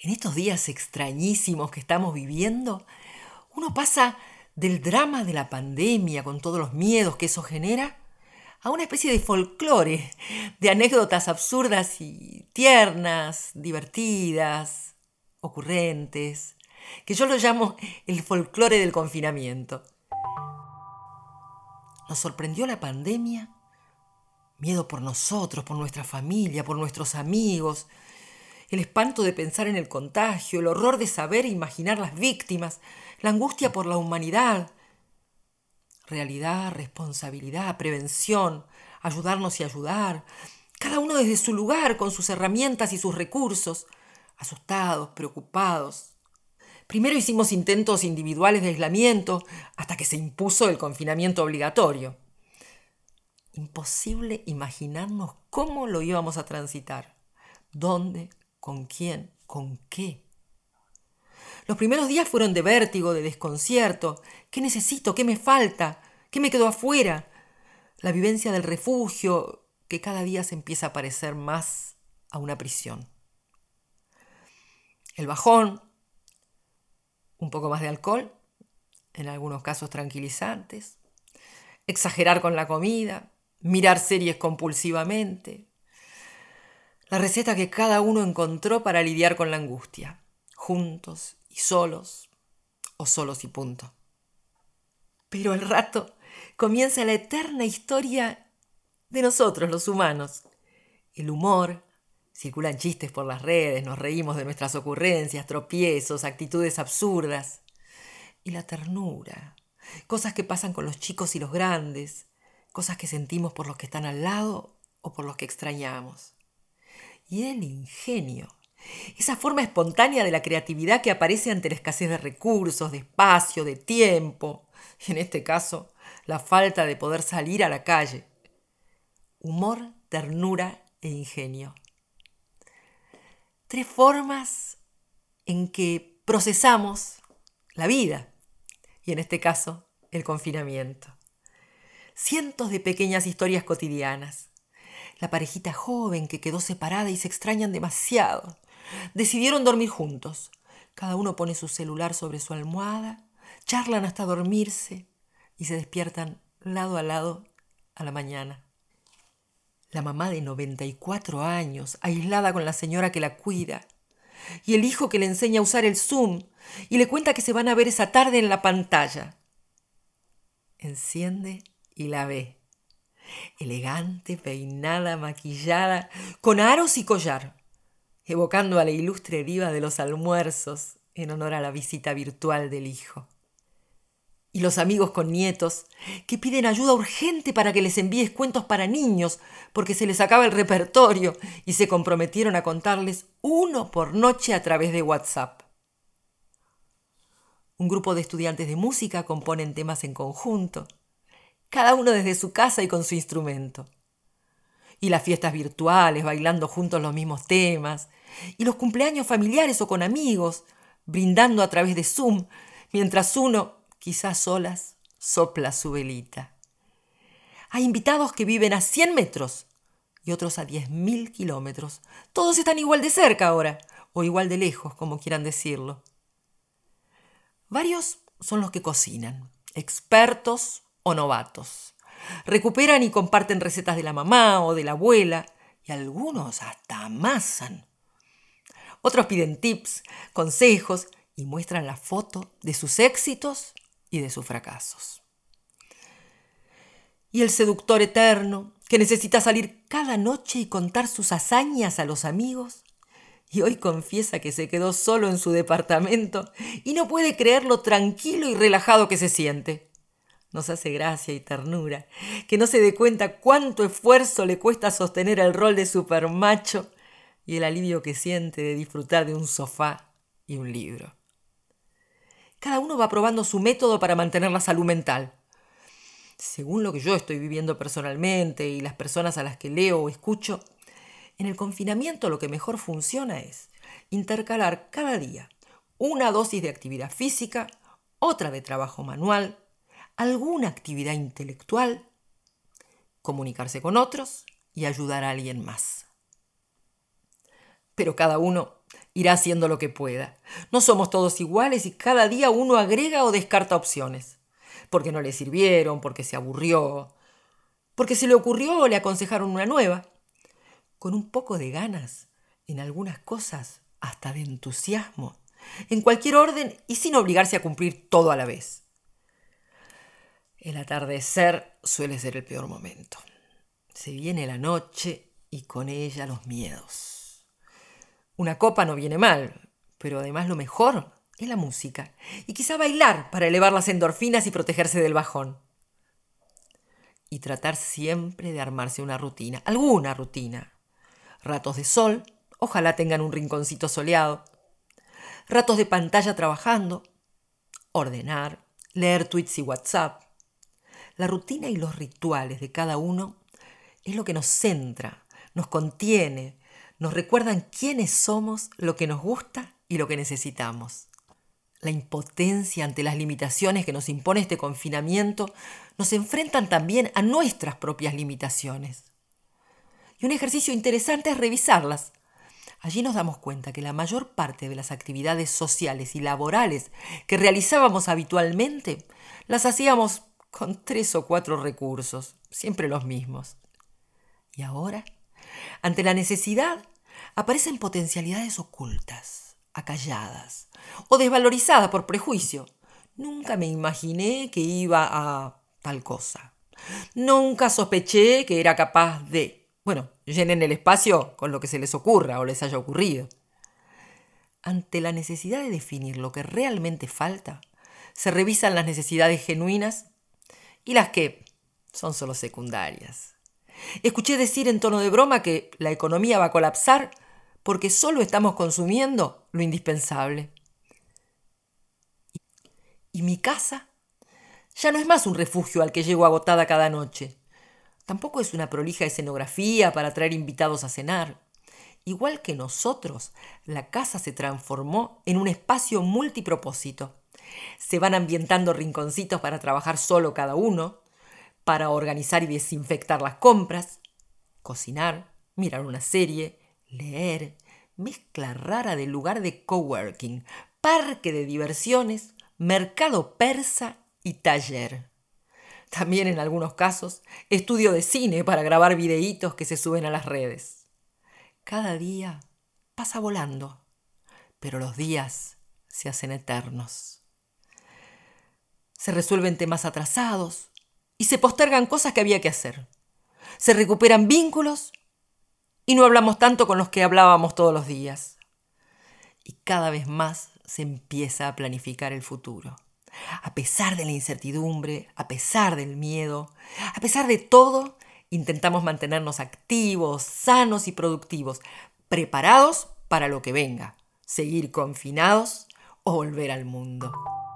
En estos días extrañísimos que estamos viviendo, uno pasa del drama de la pandemia con todos los miedos que eso genera a una especie de folclore, de anécdotas absurdas y tiernas, divertidas, ocurrentes, que yo lo llamo el folclore del confinamiento. Nos sorprendió la pandemia, miedo por nosotros, por nuestra familia, por nuestros amigos, el espanto de pensar en el contagio, el horror de saber e imaginar las víctimas, la angustia por la humanidad. Realidad, responsabilidad, prevención, ayudarnos y ayudar, cada uno desde su lugar, con sus herramientas y sus recursos, asustados, preocupados. Primero hicimos intentos individuales de aislamiento hasta que se impuso el confinamiento obligatorio. Imposible imaginarnos cómo lo íbamos a transitar, dónde, con quién, con qué. Los primeros días fueron de vértigo, de desconcierto. ¿Qué necesito? ¿Qué me falta? ¿Qué me quedó afuera? La vivencia del refugio, que cada día se empieza a parecer más a una prisión. El bajón, un poco más de alcohol, en algunos casos tranquilizantes, exagerar con la comida, mirar series compulsivamente. La receta que cada uno encontró para lidiar con la angustia, juntos y solos, o solos y punto. Pero al rato comienza la eterna historia de nosotros, los humanos. El humor, circulan chistes por las redes, nos reímos de nuestras ocurrencias, tropiezos, actitudes absurdas. Y la ternura, cosas que pasan con los chicos y los grandes, cosas que sentimos por los que están al lado o por los que extrañamos. Y el ingenio, esa forma espontánea de la creatividad que aparece ante la escasez de recursos, de espacio, de tiempo, y en este caso, la falta de poder salir a la calle. Humor, ternura e ingenio. Tres formas en que procesamos la vida, y en este caso, el confinamiento. Cientos de pequeñas historias cotidianas. La parejita joven que quedó separada y se extrañan demasiado. Decidieron dormir juntos. Cada uno pone su celular sobre su almohada, charlan hasta dormirse y se despiertan lado a lado a la mañana. La mamá de 94 años, aislada con la señora que la cuida, y el hijo que le enseña a usar el Zoom y le cuenta que se van a ver esa tarde en la pantalla. Enciende y la ve. Elegante, peinada, maquillada, con aros y collar, evocando a la ilustre diva de los almuerzos en honor a la visita virtual del hijo. Y los amigos con nietos que piden ayuda urgente para que les envíes cuentos para niños porque se les acaba el repertorio y se comprometieron a contarles uno por noche a través de WhatsApp. Un grupo de estudiantes de música componen temas en conjunto, cada uno desde su casa y con su instrumento. Y las fiestas virtuales, bailando juntos los mismos temas, y los cumpleaños familiares o con amigos, brindando a través de Zoom, mientras uno, quizás solas, sopla su velita. Hay invitados que viven a 100 metros y otros a 10.000 kilómetros. Todos están igual de cerca ahora, o igual de lejos, como quieran decirlo. Varios son los que cocinan, expertos o novatos. Recuperan y comparten recetas de la mamá o de la abuela, y algunos hasta amasan. Otros piden tips, consejos y muestran la foto de sus éxitos y de sus fracasos. Y el seductor eterno, que necesita salir cada noche y contar sus hazañas a los amigos, y hoy confiesa que se quedó solo en su departamento y no puede creer lo tranquilo y relajado que se siente. Nos hace gracia y ternura que no se dé cuenta cuánto esfuerzo le cuesta sostener el rol de supermacho y el alivio que siente de disfrutar de un sofá y un libro. Cada uno va probando su método para mantener la salud mental. Según lo que yo estoy viviendo personalmente y las personas a las que leo o escucho, en el confinamiento lo que mejor funciona es intercalar cada día una dosis de actividad física, otra de trabajo manual, alguna actividad intelectual, comunicarse con otros y ayudar a alguien más. Pero cada uno irá haciendo lo que pueda. No somos todos iguales y cada día uno agrega o descarta opciones. Porque no le sirvieron, porque se aburrió, porque se le ocurrió o le aconsejaron una nueva. Con un poco de ganas, en algunas cosas, hasta de entusiasmo, en cualquier orden y sin obligarse a cumplir todo a la vez. El atardecer suele ser el peor momento. Se viene la noche y con ella los miedos. Una copa no viene mal, pero además lo mejor es la música y quizá bailar para elevar las endorfinas y protegerse del bajón. Y tratar siempre de armarse una rutina, alguna rutina. Ratos de sol, ojalá tengan un rinconcito soleado. Ratos de pantalla trabajando. Ordenar, leer tweets y WhatsApp. La rutina y los rituales de cada uno es lo que nos centra, nos contiene, nos recuerdan quiénes somos, lo que nos gusta y lo que necesitamos. La impotencia ante las limitaciones que nos impone este confinamiento nos enfrentan también a nuestras propias limitaciones. Y un ejercicio interesante es revisarlas. Allí nos damos cuenta que la mayor parte de las actividades sociales y laborales que realizábamos habitualmente las hacíamos con 3 o 4 recursos, siempre los mismos. Y ahora, ante la necesidad, aparecen potencialidades ocultas, acalladas o desvalorizadas por prejuicio. Nunca me imaginé que iba a tal cosa. Nunca sospeché que era capaz de... Bueno, llenen el espacio con lo que se les ocurra o les haya ocurrido. Ante la necesidad de definir lo que realmente falta, se revisan las necesidades genuinas y las que son solo secundarias. Escuché decir en tono de broma que la economía va a colapsar porque solo estamos consumiendo lo indispensable. Y mi casa ya no es más un refugio al que llego agotada cada noche. Tampoco es una prolija escenografía para traer invitados a cenar. Igual que nosotros, la casa se transformó en un espacio multipropósito. Se van ambientando rinconcitos para trabajar solo cada uno, para organizar y desinfectar las compras, cocinar, mirar una serie, leer, mezcla rara de lugar de coworking, parque de diversiones, mercado persa y taller. También en algunos casos, estudio de cine para grabar videitos que se suben a las redes. Cada día pasa volando, pero los días se hacen eternos. Se resuelven temas atrasados y se postergan cosas que había que hacer. Se recuperan vínculos y no hablamos tanto con los que hablábamos todos los días. Y cada vez más se empieza a planificar el futuro. A pesar de la incertidumbre, a pesar del miedo, a pesar de todo, intentamos mantenernos activos, sanos y productivos, preparados para lo que venga, seguir confinados o volver al mundo.